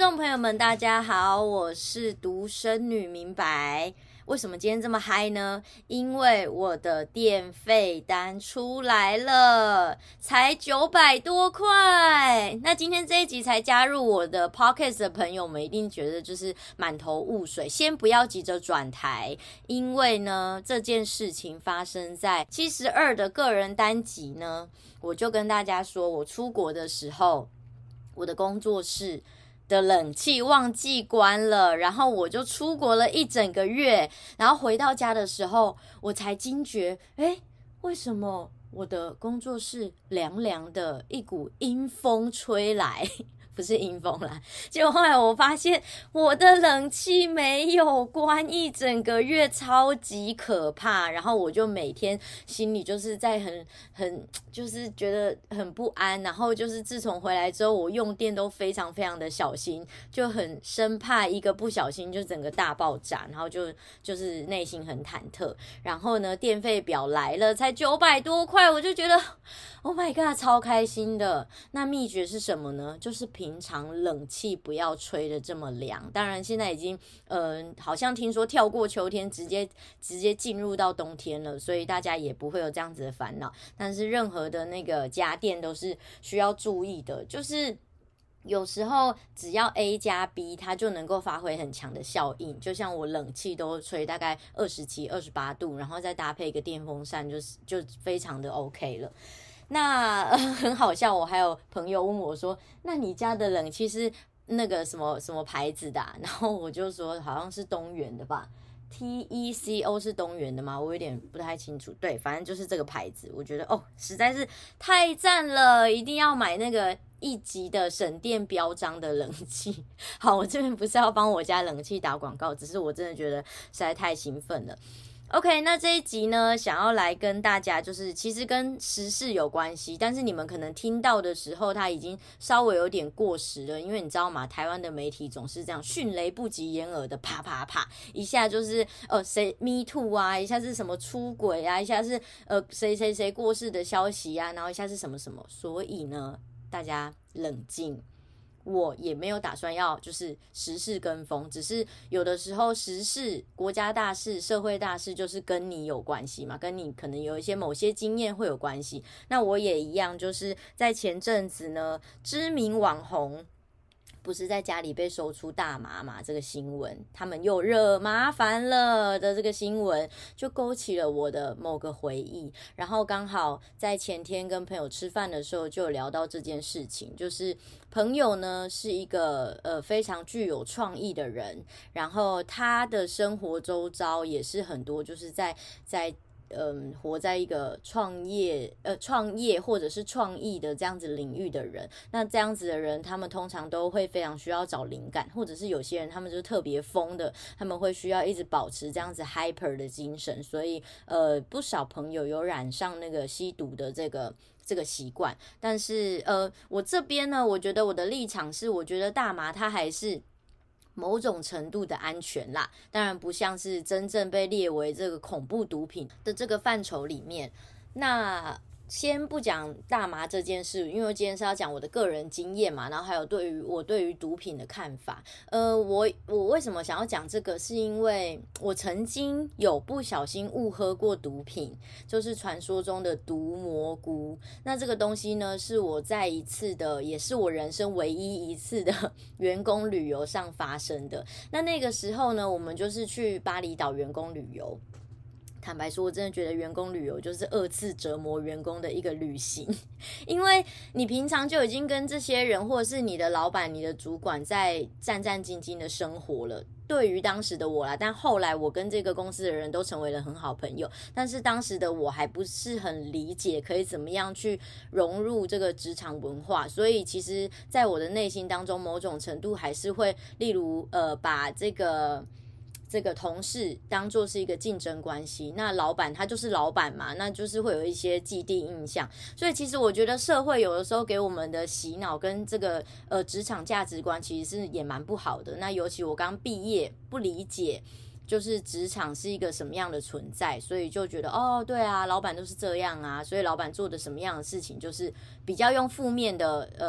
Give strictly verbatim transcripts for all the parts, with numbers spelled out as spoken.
众朋友们大家好，我是独生女明白。为什么今天这么嗨呢？因为我的电费单出来了，才九百多块。那今天这一集才加入我的 podcast 的朋友们一定觉得就是满头雾水，先不要急着转台，因为呢这件事情发生在七十二的个人单集呢，我就跟大家说，我出国的时候我的工作室的冷气忘记关了，然后我就出国了一整个月，然后回到家的时候我才惊觉，诶，为什么我的工作室凉凉的，一股阴风吹来，不是阴风啦，结果后来我发现我的冷气没有关一整个月，超级可怕。然后我就每天心里就是在很很就是觉得很不安，然后就是自从回来之后，我用电都非常非常的小心，就很生怕一个不小心就整个大爆炸，然后就就是内心很忐忑。然后呢，电费表来了，才九百多块，我就觉得 Oh my god， 超开心的。那秘诀是什么呢？就是平常冷气不要吹得这么凉。当然现在已经呃，好像听说跳过秋天直接直接进入到冬天了，所以大家也不会有这样子的烦恼。但是任何的那个家电都是需要注意的，就是有时候只要 A 加 B 它就能够发挥很强的效应，就像我冷气都吹大概二十七、二十八度，然后再搭配一个电风扇，就是就非常的 OK 了。那、呃、很好笑，我还有朋友问我说，那你家的冷气是那个什么什么牌子的啊？然后我就说好像是东元的吧， T E C O 是东元的吗？我有点不太清楚。对，反正就是这个牌子，我觉得哦实在是太赞了，一定要买那个一级的省电标章的冷气。好，我这边不是要帮我家冷气打广告，只是我真的觉得实在太兴奋了。OK， 那这一集呢，想要来跟大家就是其实跟时事有关系，但是你们可能听到的时候它已经稍微有点过时了，因为你知道吗，台湾的媒体总是这样迅雷不及掩耳的啪啪啪，一下就是呃谁 Me Too 啊，一下是什么出轨啊，一下是呃谁谁谁过世的消息啊，然后一下是什么什么，所以呢大家冷静。我也没有打算要就是时事跟风，只是有的时候时事、国家大事、社会大事就是跟你有关系嘛，跟你可能有一些某些经验会有关系。那我也一样，就是在前阵子呢，知名网红不是在家里被搜出大麻嘛，这个新闻他们又惹麻烦了的这个新闻，就勾起了我的某个回忆。然后刚好在前天跟朋友吃饭的时候就有聊到这件事情，就是朋友呢是一个呃非常具有创意的人，然后他的生活周遭也是很多就是在在嗯，活在一个创业呃创业或者是创意的这样子领域的人，那这样子的人，他们通常都会非常需要找灵感，或者是有些人他们就是特别疯的，他们会需要一直保持这样子 hyper 的精神，所以呃不少朋友有染上那个吸毒的这个这个习惯。但是呃我这边呢，我觉得我的立场是，我觉得大麻它还是某种程度的安全啦，当然不像是真正被列为这个恐怖毒品的这个范畴里面。那先不讲大麻这件事，因为今天是要讲我的个人经验嘛，然后还有对于我对于毒品的看法。呃，我我为什么想要讲这个，是因为我曾经有不小心误喝过毒品，就是传说中的毒蘑菇。那这个东西呢，是我在一次的，也是我人生唯一一次的员工旅游上发生的。那那个时候呢，我们就是去巴厘岛员工旅游。坦白说，我真的觉得员工旅游就是二次折磨员工的一个旅行，因为你平常就已经跟这些人或者是你的老板、你的主管在战战兢兢的生活了。对于当时的我啦，但后来我跟这个公司的人都成为了很好朋友，但是当时的我还不是很理解可以怎么样去融入这个职场文化，所以其实在我的内心当中，某种程度还是会，例如呃，把这个这个同事当作是一个竞争关系，那老板他就是老板嘛，那就是会有一些既定印象，所以其实我觉得社会有的时候给我们的洗脑跟这个呃职场价值观其实是也蛮不好的。那尤其我刚毕业不理解就是职场是一个什么样的存在，所以就觉得哦对啊，老板都是这样啊，所以老板做的什么样的事情就是比较用负面的呃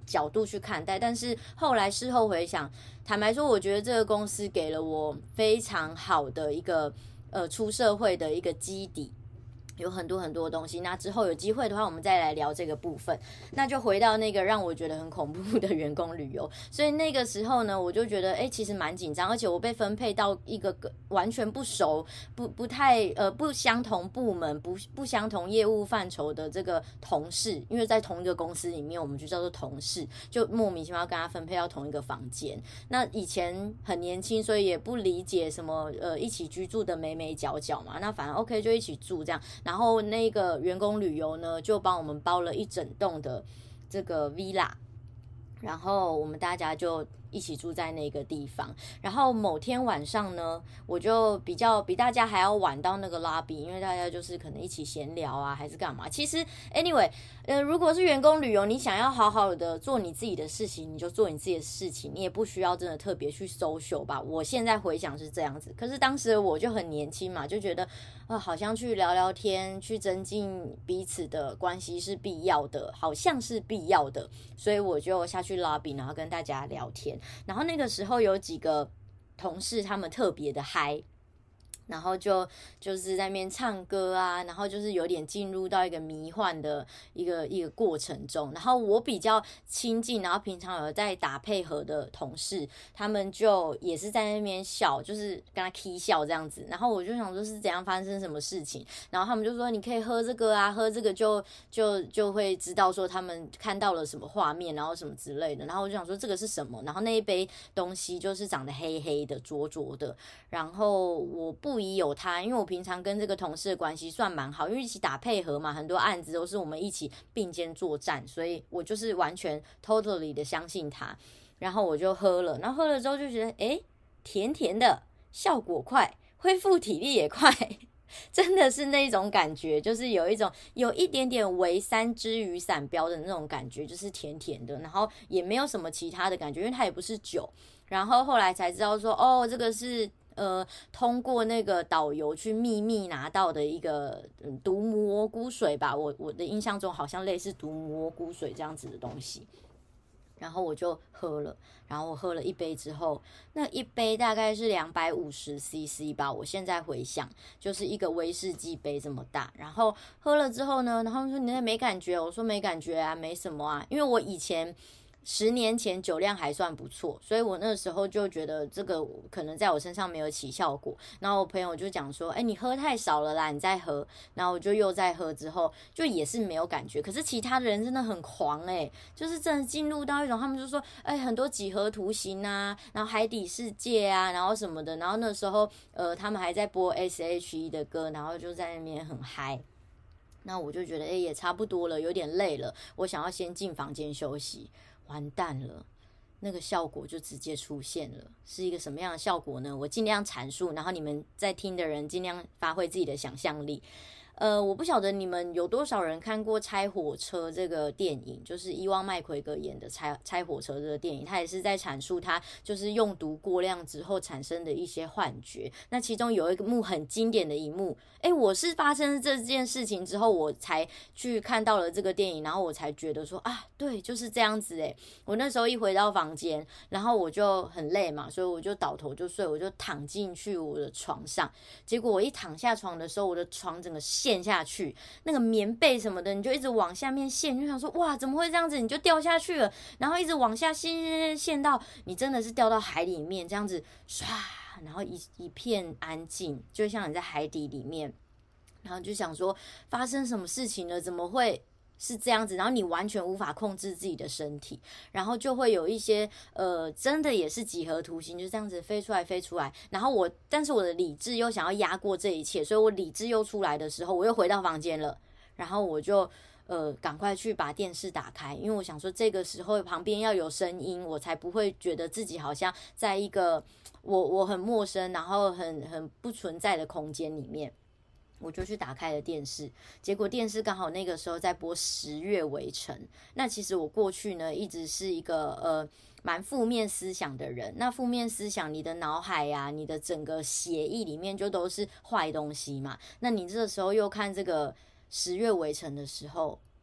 角度去看待。但是后来事后回想，坦白说，我觉得这个公司给了我非常好的一个呃出社会的一个基底。有很多很多东西，那之后有机会的话，我们再来聊这个部分。那就回到那个让我觉得很恐怖的员工旅游，所以那个时候呢，我就觉得，哎、欸，其实蛮紧张，而且我被分配到一个完全不熟、不不太呃不相同部门、不不相同业务范畴的这个同事，因为在同一个公司里面，我们就叫做同事，就莫名其妙跟他分配到同一个房间。那以前很年轻，所以也不理解什么呃一起居住的眉眉角角嘛，那反正 OK 就一起住这样。然后那个员工旅游呢，就帮我们包了一整栋的这个 villa， 然后我们大家就一起住在那个地方。然后某天晚上呢，我就比较比大家还要晚到那个 lobby， 因为大家就是可能一起闲聊啊，还是干嘛。其实 anyway， 呃，如果是员工旅游，你想要好好的做你自己的事情，你就做你自己的事情，你也不需要真的特别去 social 吧。我现在回想是这样子，可是当时我就很年轻嘛，就觉得呃，好像去聊聊天，去增进彼此的关系是必要的，好像是必要的，所以我就下去 lobby， 然后跟大家聊天。然后那个时候有几个同事，他们特别的嗨。然后就就是在那边唱歌啊，然后就是有点进入到一个迷幻的一个一个过程中。然后我比较亲近，然后平常有在打配合的同事，他们就也是在那边笑，就是跟他 k 笑这样子。然后我就想说是怎样发生什么事情，然后他们就说你可以喝这个啊，喝这个就就就会知道说他们看到了什么画面，然后什么之类的。然后我就想说这个是什么，然后那一杯东西就是长得黑黑的、浊浊的，然后我不不疑有他，因为我平常跟这个同事的关系算蛮好，因为一起打配合嘛，很多案子都是我们一起并肩作战，所以我就是完全 totally 的相信他。然后我就喝了，然后喝了之后就觉得，哎，甜甜的，效果快，恢复体力也快，真的是那种感觉，就是有一种有一点点微三支雨伞标的那种感觉，就是甜甜的，然后也没有什么其他的感觉，因为它也不是酒。然后后来才知道说，哦，这个是。呃，通过那个导游去秘密拿到的一个嗯毒蘑菇水吧，我我的印象中好像类似毒蘑菇水这样子的东西，然后我就喝了，然后我喝了一杯之后，那一杯大概是两百五十 C C 吧，我现在回想就是一个威士忌杯这么大，然后喝了之后呢，然后说你那没感觉，我说没感觉啊，没什么啊，因为我以前。十年前酒量还算不错，所以我那时候就觉得这个可能在我身上没有起效果。然后我朋友就讲说：“哎，你喝太少了啦，你再喝。”然后我就又再喝，之后就也是没有感觉。可是其他的人真的很狂哎、欸，就是真的进入到一种，他们就说：“哎，很多几何图形啊，然后海底世界啊，然后什么的。”然后那时候呃，他们还在播 S H E 的歌，然后就在那边很嗨。那我就觉得哎，也差不多了，有点累了，我想要先进房间休息。完蛋了，那个效果就直接出现了，是一个什么样的效果呢？我尽量阐述，然后你们在听的人尽量发挥自己的想象力。呃，我不晓得你们有多少人看过《拆火车》这个电影，就是伊旺麦奎格演的拆拆火车这个电影，他也是在阐述他就是用毒过量之后产生的一些幻觉。那其中有一幕很经典的一幕，哎，我是发生这件事情之后，我才去看到了这个电影，然后我才觉得说啊，对，就是这样子哎。我那时候一回到房间，然后我就很累嘛，所以我就倒头就睡，我就躺进去我的床上，结果我一躺下床的时候，我的床整个陷下去，那个棉被什么的，你就一直往下面陷，你就想说哇，怎么会这样子？你就掉下去了，然后一直往下陷陷陷陷到你真的是掉到海里面，这样子唰，然后一一片安静，就像你在海底里面，然后就想说发生什么事情了？怎么会？是这样子，然后你完全无法控制自己的身体，然后就会有一些呃，真的也是几何图形，就这样子飞出来飞出来。然后我，但是我的理智又想要压过这一切，所以我理智又出来的时候，我又回到房间了。然后我就呃赶快去把电视打开，因为我想说这个时候旁边要有声音，我才不会觉得自己好像在一个我我很陌生，然后很很不存在的空间里面。我就去打开了电视，结果电视刚好那个时候在播《十月围城》。那其实我过去呢一直是一个呃蛮负面思想的人。那负面思想，你的脑海呀、啊，你的整个血液里面就都是坏东西嘛。那你这个时候又看这个《十月围城》的时候，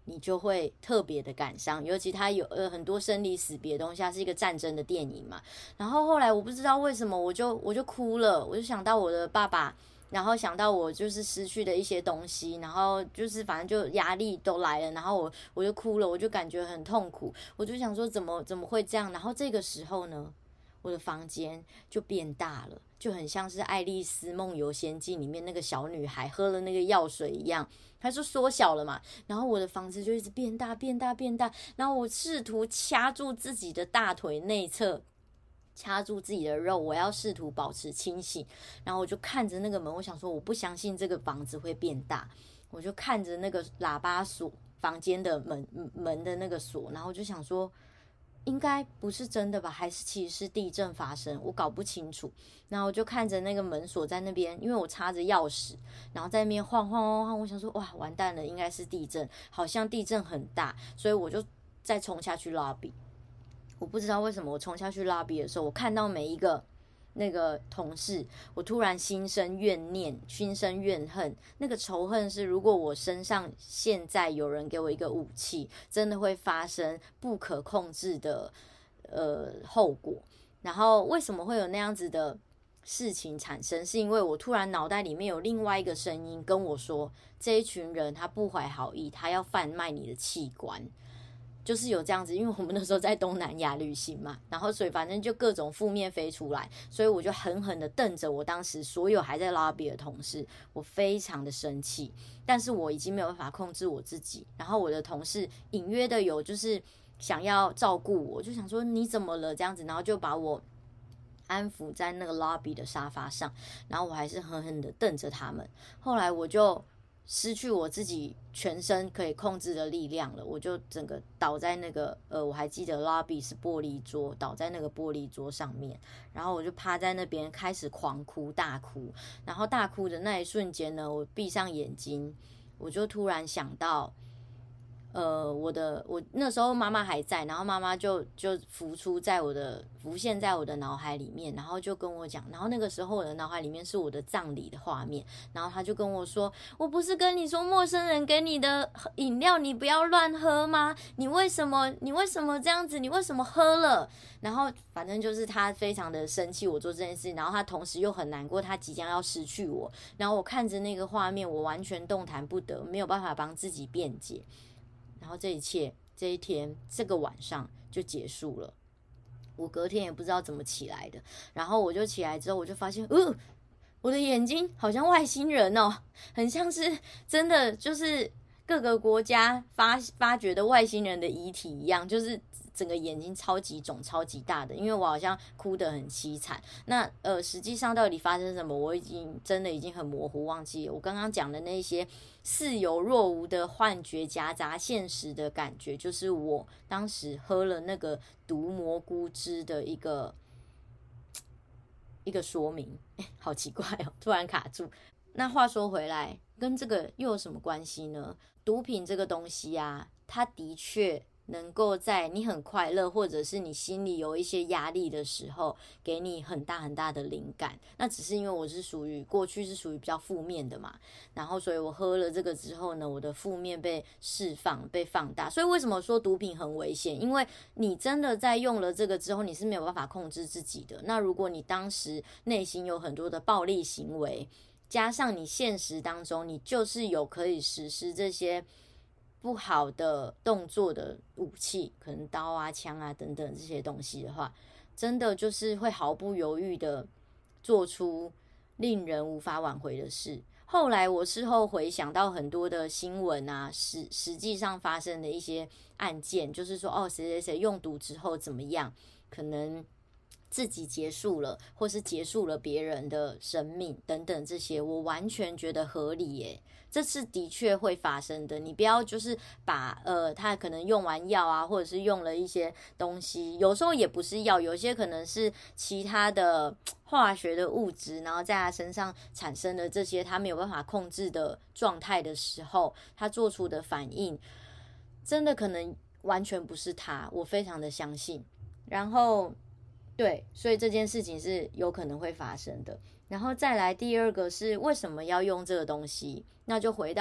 你就会特别的感伤，尤其它有呃很多生离死别的东西，它是一个战争的电影嘛。然后后来我不知道为什么，我就我就哭了，我就想到我的爸爸。然后想到我就是失去的一些东西，然后就是反正就压力都来了，然后我我就哭了，我就感觉很痛苦，我就想说怎么怎么会这样？然后这个时候呢，我的房间就变大了，就很像是《爱丽丝梦游仙境》里面那个小女孩喝了那个药水一样，它就缩小了嘛。然后我的房子就一直变大变大变大，然后我试图掐住自己的大腿内侧。掐住自己的肉，我要试图保持清醒。然后我就看着那个门，我想说我不相信这个房子会变大。我就看着那个喇叭锁，房间的门门的那个锁，然后我就想说应该不是真的吧，还是其实是地震发生，我搞不清楚。然后我就看着那个门锁在那边，因为我插着钥匙，然后在那边晃晃晃晃，我想说哇完蛋了，应该是地震，好像地震很大，所以我就再冲下去 lobby。我不知道为什么我冲下去 lobby 的时候，我看到每一个那个同事，我突然心生怨念，心生怨恨。那个仇恨是，如果我身上现在有人给我一个武器，真的会发生不可控制的呃后果。然后为什么会有那样子的事情产生？是因为我突然脑袋里面有另外一个声音跟我说，这一群人他不怀好意，他要贩卖你的器官。就是有这样子，因为我们那时候在东南亚旅行嘛，然后所以反正就各种负面飞出来，所以我就狠狠的瞪着我当时所有还在 lobby 的同事，我非常的生气，但是我已经没有办法控制我自己。然后我的同事隐约的有就是想要照顾我，就想说你怎么了这样子，然后就把我安抚在那个 lobby 的沙发上，然后我还是狠狠的瞪着他们。后来我就失去我自己全身可以控制的力量了，我就整个倒在那个呃，我还记得 lobby 是玻璃桌，倒在那个玻璃桌上面，然后我就趴在那边开始狂哭大哭，然后大哭的那一瞬间呢，我闭上眼睛，我就突然想到。呃，我的我那时候妈妈还在，然后妈妈就就浮出在我的浮现在我的脑海里面，然后就跟我讲，然后那个时候我的脑海里面是我的葬礼的画面，然后他就跟我说，我不是跟你说陌生人给你的饮料你不要乱喝吗？你为什么你为什么这样子？你为什么喝了？然后反正就是他非常的生气我做这件事，然后他同时又很难过，他即将要失去我，然后我看着那个画面，我完全动弹不得，没有办法帮自己辩解。然后这一切，这一天，这个晚上就结束了。我隔天也不知道怎么起来的，然后我就起来之后，我就发现，呃，我的眼睛好像外星人哦，很像是真的，就是各个国家发发掘的外星人的遗体一样，就是整个眼睛超级肿、超级大的，因为我好像哭得很凄惨。那呃，实际上到底发生什么，我已经真的已经很模糊忘记了。我刚刚讲的那些似有若无的幻觉夹杂现实的感觉，就是我当时喝了那个毒蘑菇汁的一个一个说明。好奇怪哦，突然卡住。那话说回来，跟这个又有什么关系呢？毒品这个东西啊，它的确能够在你很快乐，或者是你心里有一些压力的时候，给你很大很大的灵感。那只是因为我是属于过去是属于比较负面的嘛，然后所以我喝了这个之后呢，我的负面被释放、被放大。所以为什么说毒品很危险？因为你真的在用了这个之后，你是没有办法控制自己的。那如果你当时内心有很多的暴力行为，加上你现实当中你就是有可以实施这些不好的动作的武器，可能刀啊、枪啊等等这些东西的话，真的就是会毫不犹豫的做出令人无法挽回的事。后来我事后回想到很多的新闻啊，实实际上发生的一些案件，就是说哦，谁谁谁用毒之后怎么样，可能自己结束了，或是结束了别人的生命等等，这些我完全觉得合理耶。这是的确会发生的，你不要就是把呃他可能用完药啊，或者是用了一些东西，有时候也不是药，有些可能是其他的化学的物质，然后在他身上产生的这些他没有办法控制的状态的时候，他做出的反应真的可能完全不是他，我非常的相信。然后对，所以这件事情是有可能会发生的。然后再来第二个是为什么要用这个东西，那就回到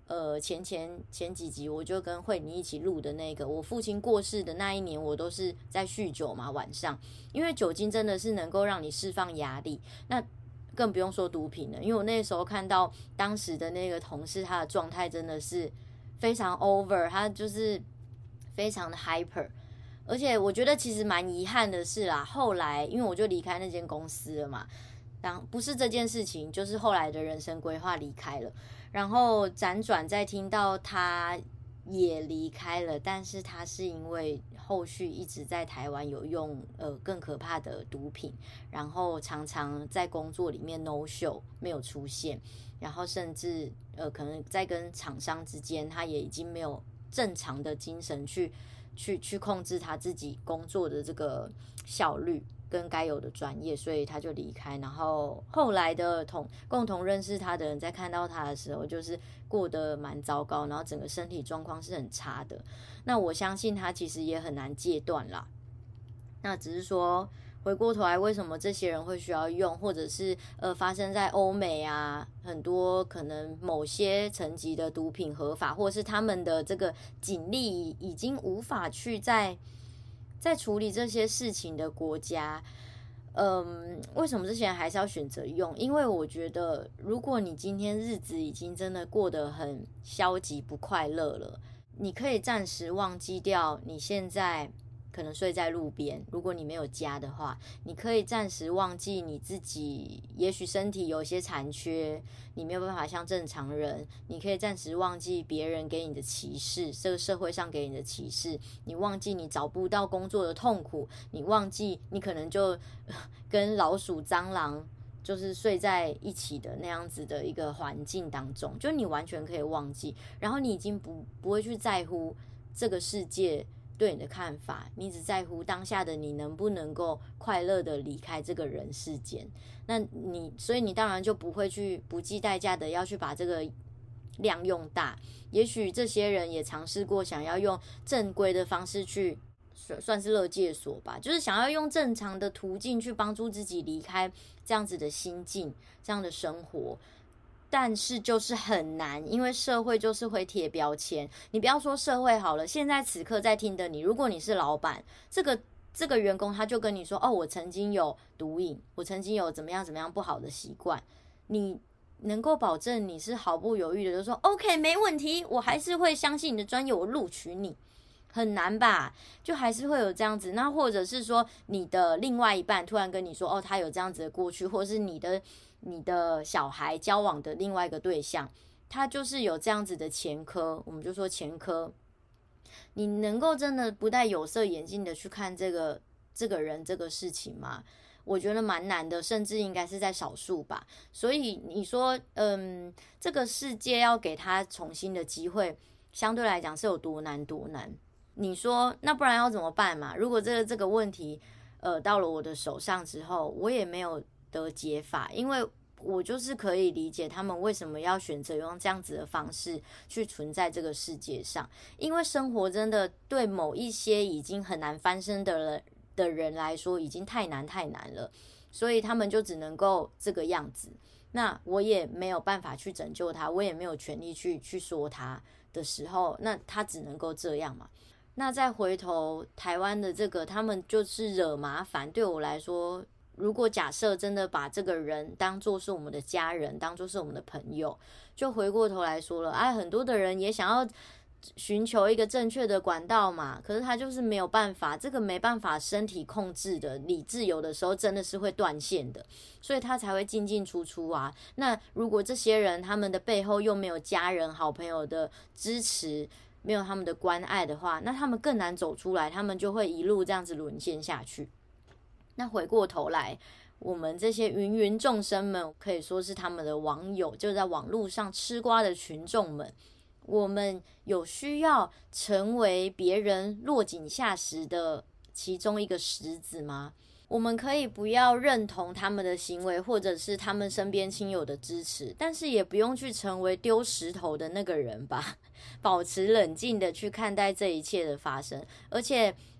呃前前前几集我就跟慧妮一起录的那个，我父亲过世的那一年，我都是在酗酒嘛，晚上，因为酒精真的是能够让你释放压力，那更不用说毒品了。因为我那时候看到当时的那个同事，他的状态真的是非常 over， 他就是非常的 hyper。而且我觉得其实蛮遗憾的是啦，后来因为我就离开那间公司了嘛，然后不是这件事情，就是后来的人生规划离开了，然后辗转再听到他也离开了，但是他是因为后续一直在台湾有用呃更可怕的毒品，然后常常在工作里面 no show 没有出现，然后甚至呃可能在跟厂商之间，他也已经没有正常的精神去去去控制他自己工作的这个效率跟该有的专业，所以他就离开。然后后来的同共同认识他的人在看到他的时候，就是过得蛮糟糕，然后整个身体状况是很差的。那我相信他其实也很难戒断啦。那只是说回过头来，为什么这些人会需要用，或者是呃发生在欧美啊，很多可能某些层级的毒品合法，或者是他们的这个警力已经无法去在在处理这些事情的国家，嗯，为什么这些人还是要选择用？因为我觉得，如果你今天日子已经真的过得很消极不快乐了，你可以暂时忘记掉你现在可能睡在路边，如果你没有家的话，你可以暂时忘记你自己也许身体有些残缺，你没有办法像正常人，你可以暂时忘记别人给你的歧视，这个社会上给你的歧视，你忘记你找不到工作的痛苦，你忘记你可能就跟老鼠蟑螂就是睡在一起的那样子的一个环境当中，就你完全可以忘记，然后你已经不不会去在乎这个世界对你的看法，你只在乎当下的你能不能够快乐的离开这个人世间。那你所以你当然就不会去不计代价的要去把这个量用大。也许这些人也尝试过想要用正规的方式去算是勒戒所吧，就是想要用正常的途径去帮助自己离开这样子的心境，这样的生活，但是就是很难，因为社会就是会贴标签。你不要说社会好了，现在此刻在听的你，如果你是老板，这个这个员工他就跟你说，哦，我曾经有毒瘾，我曾经有怎么样怎么样不好的习惯，你能够保证你是毫不犹豫的就说 OK 没问题，我还是会相信你的专业，我录取你？很难吧，就还是会有这样子。那或者是说你的另外一半突然跟你说，哦，他有这样子的过去，或者是你的你的小孩交往的另外一个对象，他就是有这样子的前科，我们就说前科，你能够真的不戴有色眼镜的去看这个这个人这个事情吗？我觉得蛮难的，甚至应该是在少数吧。所以你说，嗯，这个世界要给他重新的机会，相对来讲是有多难多难？你说那不然要怎么办嘛？如果这个这个问题呃到了我的手上之后，我也没有得解法，因为我就是可以理解他们为什么要选择用这样子的方式去存在这个世界上，因为生活真的对某一些已经很难翻身的人的人来说已经太难太难了，所以他们就只能够这个样子。那我也没有办法去拯救他，我也没有权利去去说他的时候，那他只能够这样嘛。那再回头台湾的这个，他们就是惹麻烦。对我来说，如果假设真的把这个人当作是我们的家人，当作是我们的朋友，就回过头来说了，哎，很多的人也想要寻求一个正确的管道嘛，可是他就是没有办法，这个没办法身体控制的，理智有的时候真的是会断线的，所以他才会进进出出啊。那如果这些人他们的背后又没有家人好朋友的支持，没有他们的关爱的话，那他们更难走出来，他们就会一路这样子沦陷下去。那回过头来，我们这些芸芸众生们，可以说是他们的网友，就在网络上吃瓜的群众们，我们有需要成为别人落井下石的其中一个石子吗？我们可以不要认同他们的行为，或者是他们身边亲友的支持，但是也不用去成为丢石头的那个人吧。保持冷静的去看待这一切的发生，而且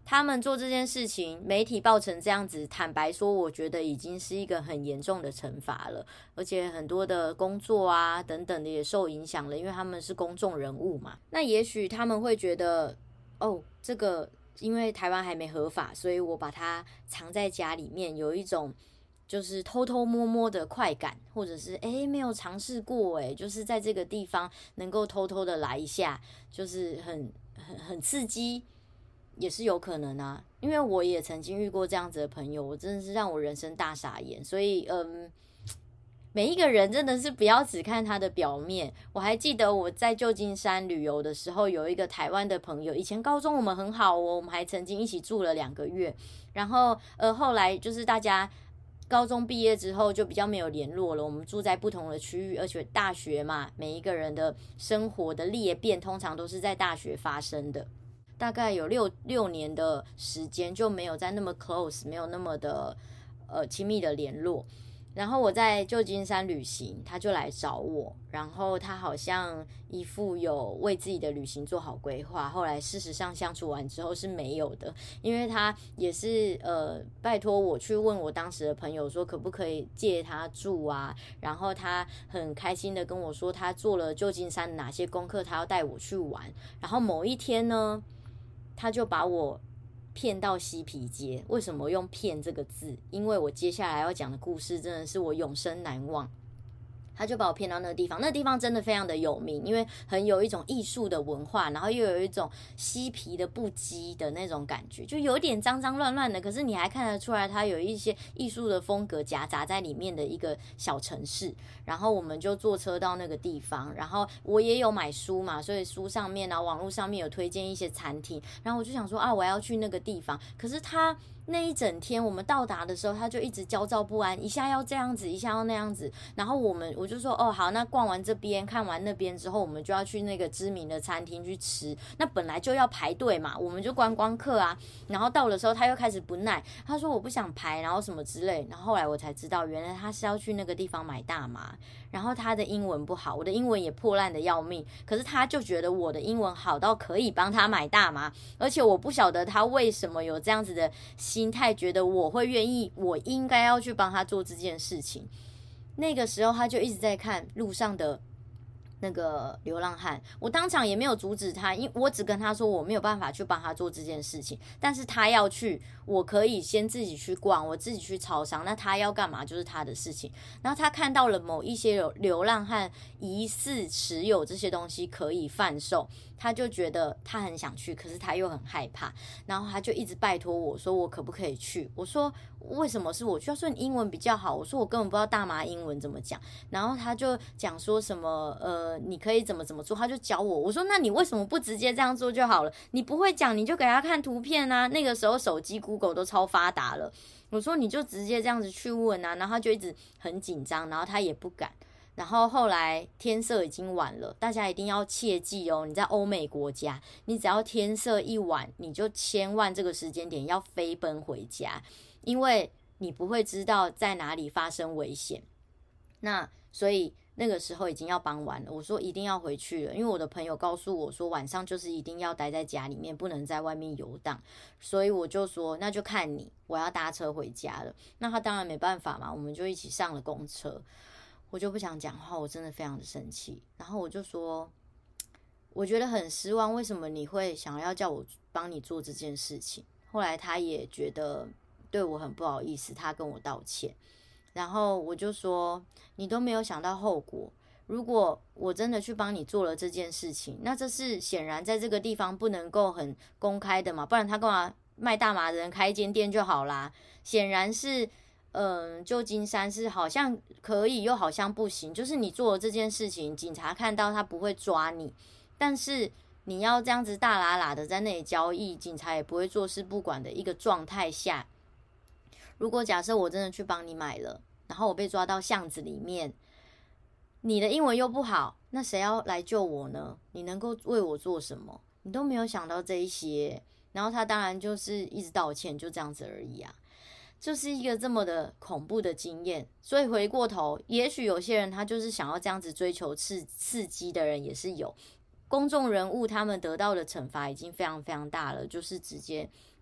他们做这件事情，媒体报成这样子，坦白说，我觉得已经是一个很严重的惩罚了，而且很多的工作啊等等的也受影响了，因为他们是公众人物嘛。那也许他们会觉得，哦，这个因为台湾还没合法，所以我把它藏在家里面，有一种就是偷偷摸摸的快感，或者是诶没有尝试过诶，就是在这个地方能够偷偷的来一下，就是很很很刺激。也是有可能啊，因为我也曾经遇过这样子的朋友，我真的是让我人生大傻眼。所以，嗯，每一个人真的是不要只看他的表面。我还记得我在旧金山旅游的时候，有一个台湾的朋友，以前高中我们很好哦，我们还曾经一起住了两个月。然后，呃，后来就是大家高中毕业之后就比较没有联络了，我们住在不同的区域，而且大学嘛，每一个人的生活的裂变通常都是在大学发生的。大概有六六年的时间就没有再那么 close， 没有那么的呃亲密的联络。然后我在旧金山旅行，他就来找我，然后他好像一副有为自己的旅行做好规划，后来事实上相处完之后是没有的，因为他也是呃拜托我去问我当时的朋友说可不可以借他住啊，然后他很开心的跟我说他做了旧金山哪些功课，他要带我去玩。然后某一天呢，他就把我骗到嬉皮街。为什么用骗这个字？因为我接下来要讲的故事真的是我永生难忘。他就把我骗到那个地方，那个地方真的非常的有名，因为很有一种艺术的文化，然后又有一种嬉皮的不羁的那种感觉，就有点脏脏乱乱的，可是你还看得出来它有一些艺术的风格夹杂在里面的一个小城市。然后我们就坐车到那个地方，然后我也有买书嘛，所以书上面啊网络上面有推荐一些餐厅，然后我就想说啊我要去那个地方，可是他那一整天我们到达的时候他就一直焦躁不安，一下要这样子一下要那样子，然后我们我就说哦好，那逛完这边看完那边之后，我们就要去那个知名的餐厅去吃，那本来就要排队嘛，我们就观光客啊，然后到的时候他又开始不耐，他说我不想排，然后什么之类，然后后来我才知道原来他是要去那个地方买大麻，然后他的英文不好，我的英文也破烂的要命，可是他就觉得我的英文好到可以帮他买大麻，而且我不晓得他为什么有这样子的心态，觉得我会愿意，我应该要去帮他做这件事情。那个时候他就一直在看路上的那个流浪汉，我当场也没有阻止他，因为我只跟他说我没有办法去帮他做这件事情，但是他要去，我可以先自己去逛，我自己去超商，那他要干嘛就是他的事情。然后他看到了某一些流浪汉疑似持有这些东西可以贩售，他就觉得他很想去，可是他又很害怕，然后他就一直拜托我说我可不可以去，我说为什么是我去，他说你英文比较好，我说我根本不知道大麻英文怎么讲，然后他就讲说什么呃你可以怎么怎么做，他就教我，我说那你为什么不直接这样做就好了，你不会讲你就给他看图片啊，那个时候手机 Google 都超发达了，我说你就直接这样子去问啊，然后他就一直很紧张，然后他也不敢。然后后来天色已经晚了，大家一定要切记哦，你在欧美国家，你只要天色一晚，你就千万这个时间点要飞奔回家，因为你不会知道在哪里发生危险。那所以那个时候已经要傍晚了，我说一定要回去了，因为我的朋友告诉我说晚上就是一定要待在家里面，不能在外面游荡，所以我就说那就看你，我要搭车回家了。那他当然没办法嘛，我们就一起上了公车。我就不想讲话，我真的非常的生气，然后我就说我觉得很失望，为什么你会想要叫我帮你做这件事情。后来他也觉得对我很不好意思，他跟我道歉，然后我就说你都没有想到后果，如果我真的去帮你做了这件事情，那这是显然在这个地方不能够很公开的嘛，不然他干嘛卖大麻的人开一间店就好啦，显然是嗯，旧金山是好像可以又好像不行，就是你做了这件事情，警察看到他不会抓你，但是你要这样子大喇喇的在那里交易，警察也不会坐视不管的一个状态下，如果假设我真的去帮你买了，然后我被抓到巷子里面，你的英文又不好，那谁要来救我呢？你能够为我做什么？你都没有想到这一些，然后他当然就是一直道歉，就这样子而已啊。就是一个这么的恐怖的经验，所以回过头，也许有些人他就是想要这样子追求刺刺激的人也是有，公众人物他们得到的惩罚已经非常非常大了，就是直接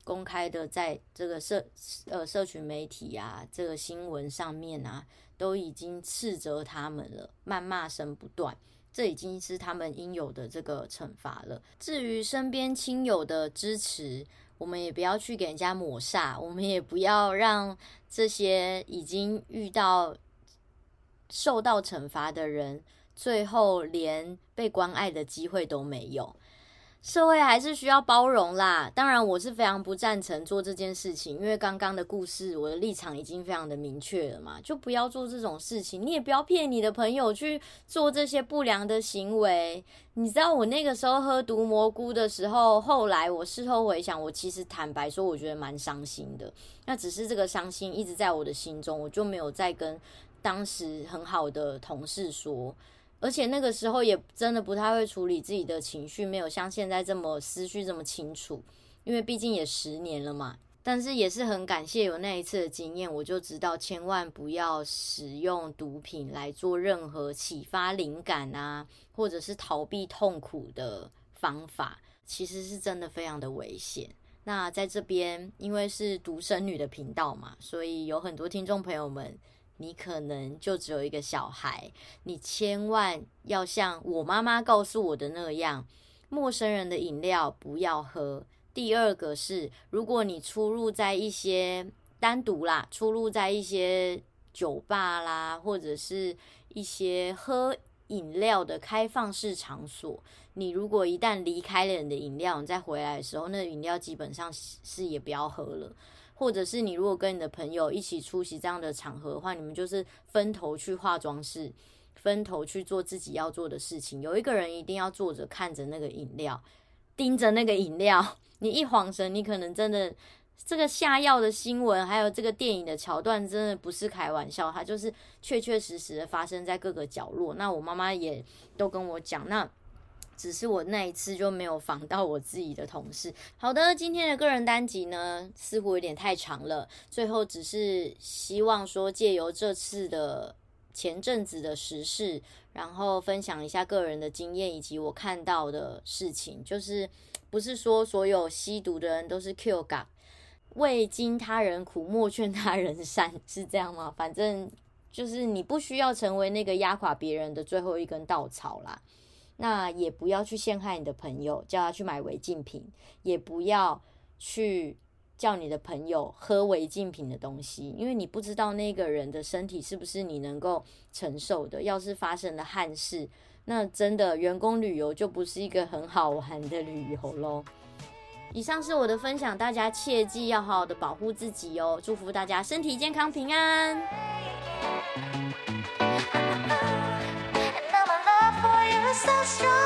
公开的在这个社呃社群媒体啊，这个新闻上面啊，都已经斥责他们了，谩骂声不断，这已经是他们应有的这个惩罚了。至于身边亲友的支持，我们也不要去给人家抹煞，我们也不要让这些已经遇到受到惩罚的人，最后连被关爱的机会都没有。社会还是需要包容啦，当然我是非常不赞成做这件事情，因为刚刚的故事我的立场已经非常的明确了嘛，就不要做这种事情，你也不要骗你的朋友去做这些不良的行为。你知道我那个时候喝毒蘑菇的时候，后来我事后回想，我其实坦白说我觉得蛮伤心的，那只是这个伤心一直在我的心中，我就没有再跟当时很好的同事说，而且那个时候也真的不太会处理自己的情绪，没有像现在这么思绪这么清楚，因为毕竟也十年了嘛。但是也是很感谢有那一次的经验，我就知道千万不要使用毒品来做任何启发灵感啊，或者是逃避痛苦的方法，其实是真的非常的危险。那在这边因为是独生女的频道嘛，所以有很多听众朋友们，你可能就只有一个小孩，你千万要像我妈妈告诉我的那样，陌生人的饮料不要喝。第二个是，如果你出入在一些单独啦，出入在一些酒吧啦，或者是一些喝饮料的开放式场所，你如果一旦离开了你的饮料，你再回来的时候，那个饮料基本上是也不要喝了。或者是你如果跟你的朋友一起出席这样的场合的话，你们就是分头去化妆室，分头去做自己要做的事情，有一个人一定要坐着看着那个饮料，盯着那个饮料，你一晃神，你可能真的这个下药的新闻还有这个电影的桥段真的不是开玩笑，它就是确确实实的发生在各个角落。那我妈妈也都跟我讲，那只是我那一次就没有防到我自己的同事。好的，今天的个人单集呢似乎有点太长了，最后只是希望说借由这次的前阵子的时事，然后分享一下个人的经验以及我看到的事情，就是不是说所有吸毒的人都是 Q 港，未经他人苦莫劝他人善，是这样吗？反正就是你不需要成为那个压垮别人的最后一根稻草啦。那也不要去陷害你的朋友，叫他去买违禁品，也不要去叫你的朋友喝违禁品的东西，因为你不知道那个人的身体是不是你能够承受的。要是发生了憾事，那真的员工旅游就不是一个很好玩的旅游咯。以上是我的分享，大家切记要好好的保护自己哦，祝福大家身体健康平安。So strong.